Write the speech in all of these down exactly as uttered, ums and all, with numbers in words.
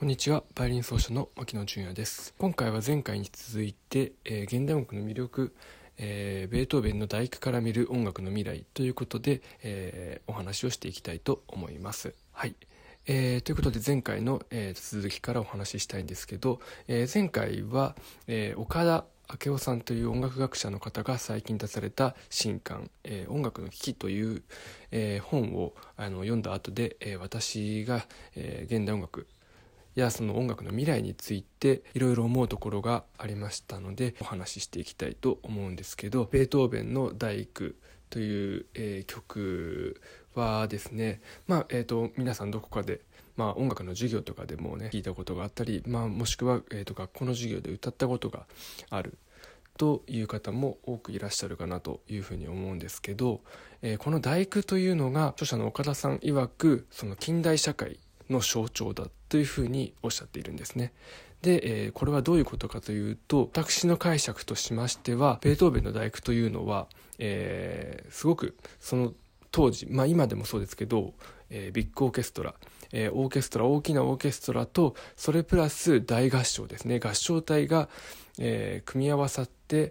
こんにちは、バイオリン奏者の牧野純也です。今回は前回に続いて、えー、現代音楽の魅力、えー、ベートーベンの第九から見る音楽の未来ということで、えー、お話をしていきたいと思います。はい。えー、ということで前回の、えー、続きからお話ししたいんですけど、えー、前回は、えー、岡田明夫さんという音楽学者の方が最近出された新刊、えー、音楽の危機という、えー、本をあの読んだ後で、えー、私が、えー、現代音楽やその音楽の未来についていろいろ思うところがありましたのでお話ししていきたいと思うんですけど、ベートーベンの第九という、えー、曲はですね、まあえー、と皆さんどこかで、まあ、音楽の授業とかでもね聞いたことがあったり、まあ、もしくは、えー、と学校の授業で歌ったことがあるという方も多くいらっしゃるかなというふうに思うんですけど、えー、この第九というのが著者の岡田さん曰くその近代社会の象徴だというふうにおっしゃっているんですね。で、えー、これはどういうことかというと、私の解釈としましてはベートーベンの第九というのは、えー、すごくその当時、まあ今でもそうですけど、えー、ビッグオーケストラ、えー、オーケストラ大きなオーケストラとそれプラス大合唱ですね、合唱隊が、えー、組み合わさって、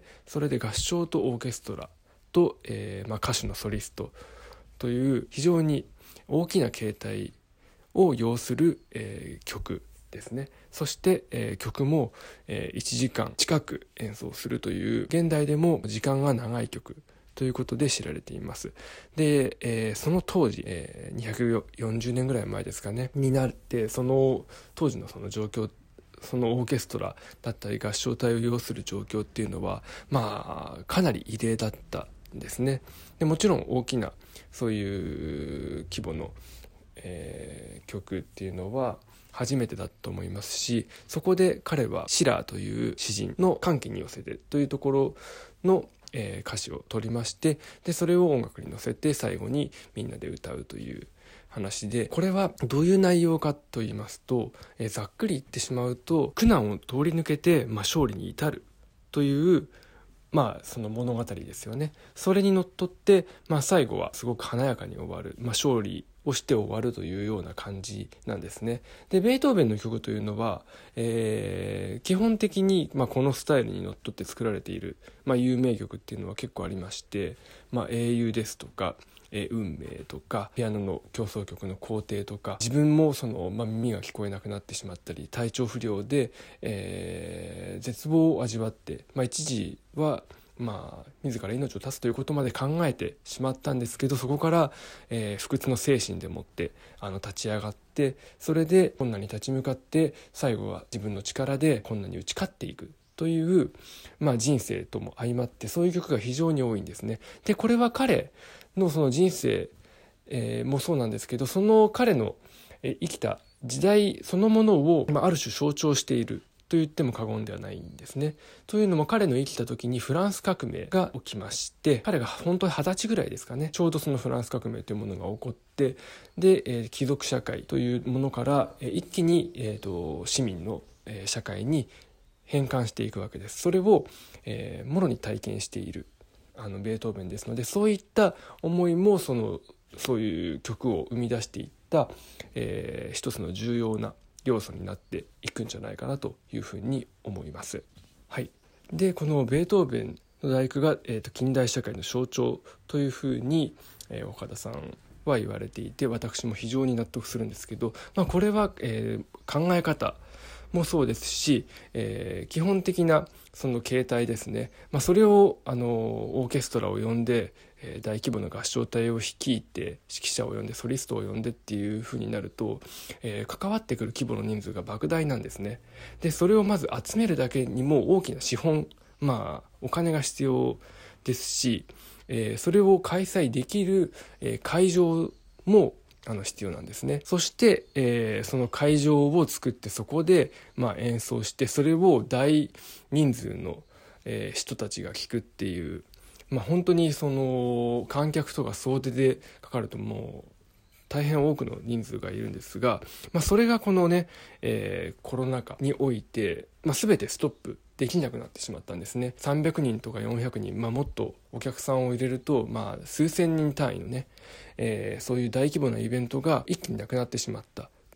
それで合唱とオーケストラと、えーまあ、歌手のソリストという非常に大きな形態を要する、えー、曲ですね。そして、えー、曲も、えー、いちじかん近く演奏するという現代でも時間が長い曲ということで知られています。で、えー、その当時、えー、にひゃくよんじゅうねんぐらい前ですかねになって、その当時のその状況、そのオーケストラだったり合唱隊を要する状況っていうのはまあかなり異例だったんですね。でもちろん大きなそういう規模のえー、曲っていうのは初めてだと思いますし、そこで彼はシラーという詩人の歓喜に寄せてというところの、えー、歌詞を取りまして、でそれを音楽に乗せて最後にみんなで歌うという話で、これはどういう内容かと言いますと、えー、ざっくり言ってしまうと苦難を通り抜けて、まあ、勝利に至るというまあその物語ですよね。それにのっとって、まあ、最後はすごく華やかに終わる、まあ、勝利をして終わるというような感じなんですね。でベートーベンの曲というのは、えー、基本的に、まあ、このスタイルにのっとって作られている、まあ、有名曲っていうのは結構ありまして、まあ、英雄ですとかえ運命とかピアノの協奏曲の皇帝とか、自分もその、まあ、耳が聞こえなくなってしまったり体調不良で、えー、絶望を味わって、まあ、一時はまあ、自ら命を絶つということまで考えてしまったんですけど、そこから、えー、不屈の精神でもってあの立ち上がって、それで困難に立ち向かって最後は自分の力で困難に打ち勝っていくという、まあ、人生とも相まって、そういう曲が非常に多いんですね。でこれは彼のその人生、えー、もそうなんですけど、その彼の、えー、生きた時代そのものを、まあ、ある種象徴していると言っても過言ではないんですね。というのも彼の生きた時にフランス革命が起きまして、彼が本当に二十歳ぐらいですかね、ちょうどそのフランス革命というものが起こって、で、えー、貴族社会というものから、えー、一気に、えーと、市民の、えー、社会に変換していくわけです。それを、えー、もろに体験しているあのベートーベンですので、そういった思いもそのそういう曲を生み出していった、えー、一つの重要な要素になっていくんじゃないかなというふうに思います。はい。でこのベートーベンの第九が、えーと、近代社会の象徴というふうに、えー、岡田さんは言われていて、私も非常に納得するんですけど、まあ、これは、えー、考え方もそうですし、えー、基本的なその形態ですね、まあ、それをあのオーケストラを呼んで、えー、大規模な合唱隊を率いて指揮者を呼んでソリストを呼んでっていう風になると、えー、関わってくる規模の人数が莫大なんですね。でそれをまず集めるだけにも大きな資本、まあお金が必要ですし、えー、それを開催できる、えー、会場もあの必要なんですね。そして、えー、その会場を作ってそこで、まあ、演奏して、それを大人数の、えー、人たちが聴くっていう、まあ、本当にその観客とか総出でかかるともう大変多くの人数がいるんですが、まあ、それがこのね、えー、コロナ禍において、まあ、全てストップできなくなってしまったんですね。さんびゃくにんとかよんひゃくにん、まあ、もっとお客さんを入れると、まあ、数千人単位のね、えー、そういう大規模なイベントが一気になくなってしまったと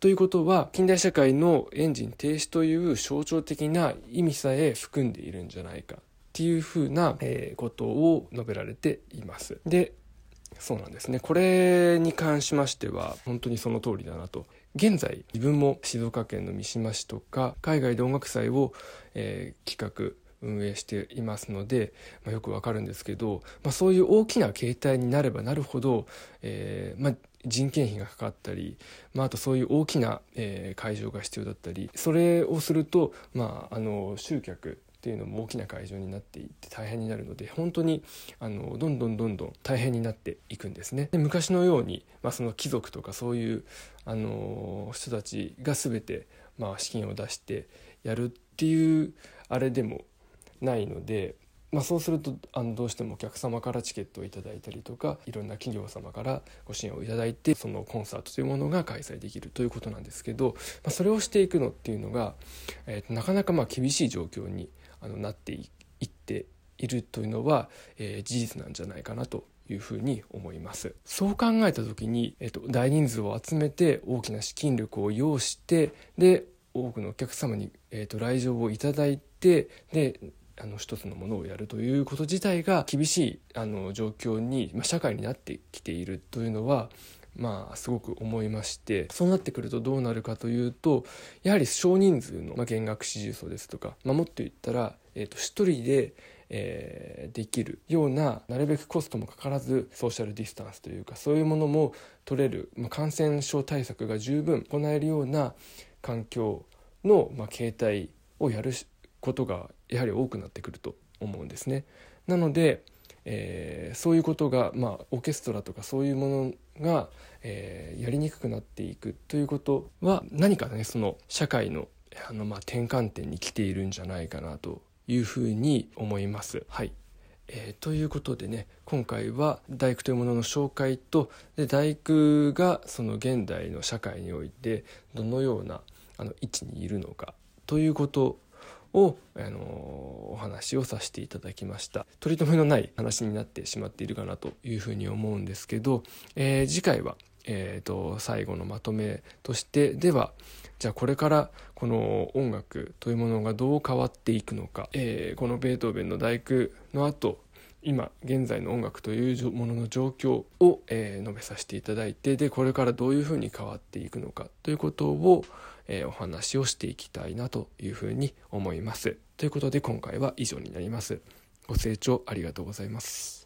ということは近代社会のエンジン停止という象徴的な意味さえ含んでいるんじゃないかっていうふうな、えー、ことを述べられています。で、そうなんですね。これに関しましては本当にその通りだなと。現在自分も静岡県の三島市とか海外で音楽祭を、えー、企画運営していますので、まあ、よくわかるんですけど、まあ、そういう大きな形態になればなるほど、えーまあ、人件費がかかったり、まあ、あとそういう大きな、えー、会場が必要だったり、それをすると、まあ、あの集客っていうのも大きな会場になっていって大変になるので、本当にあのどんどんどんどん大変になっていくんですね。で、昔のように、まあ、その貴族とかそういうあの人たちが全て、まあ、資金を出してやるっていうあれでもないので、まあ、そうするとあのどうしてもお客様からチケットをいただいたりとか、いろんな企業様からご支援をいただいて、そのコンサートというものが開催できるということなんですけど、まあ、それをしていくのっていうのが、えー、なかなかまあ厳しい状況にあのなっていっているというのは、えー、事実なんじゃないかなというふうに思います。そう考えた時に、えーと、大人数を集めて大きな資金力を要して、で多くのお客様に、えーと、来場をいただいて、であの一つのものをやるということ自体が厳しいあの状況に、まあ、社会になってきているというのは、まあすごく思いまして、そうなってくるとどうなるかというと、やはり少人数の、まあ、弦楽四重奏ですとか、まあ、もっと言ったら、えーと、一人で、えー、できるような、なるべくコストもかからずソーシャルディスタンスというか、そういうものも取れる、まあ、感染症対策が十分行えるような環境の、まあ、形態をやることがやはり多くなってくると思うんですね。なので、えー、そういうことが、まあ、オーケストラとかそういうものが、えー、やりにくくなっていくということは、何かね、その社会の、あの、まあ、転換点に来ているんじゃないかなというふうに思います。はい。えー、ということでね、今回は大工というものの紹介と、で大工がその現代の社会においてどのようなあの位置にいるのかということを、あのー、お話をさせていただきました。取り留めのない話になってしまっているかなというふうに思うんですけど、えー、次回は、えーと、最後のまとめとしてでは、じゃあこれからこの音楽というものがどう変わっていくのか、えー、このベートーベンの第九の後、今現在の音楽というものの状況を、えー、述べさせていただいて、でこれからどういうふうに変わっていくのかということを、えー、お話をしていきたいなというふうに思います。ということで今回は以上になります。ご清聴ありがとうございます。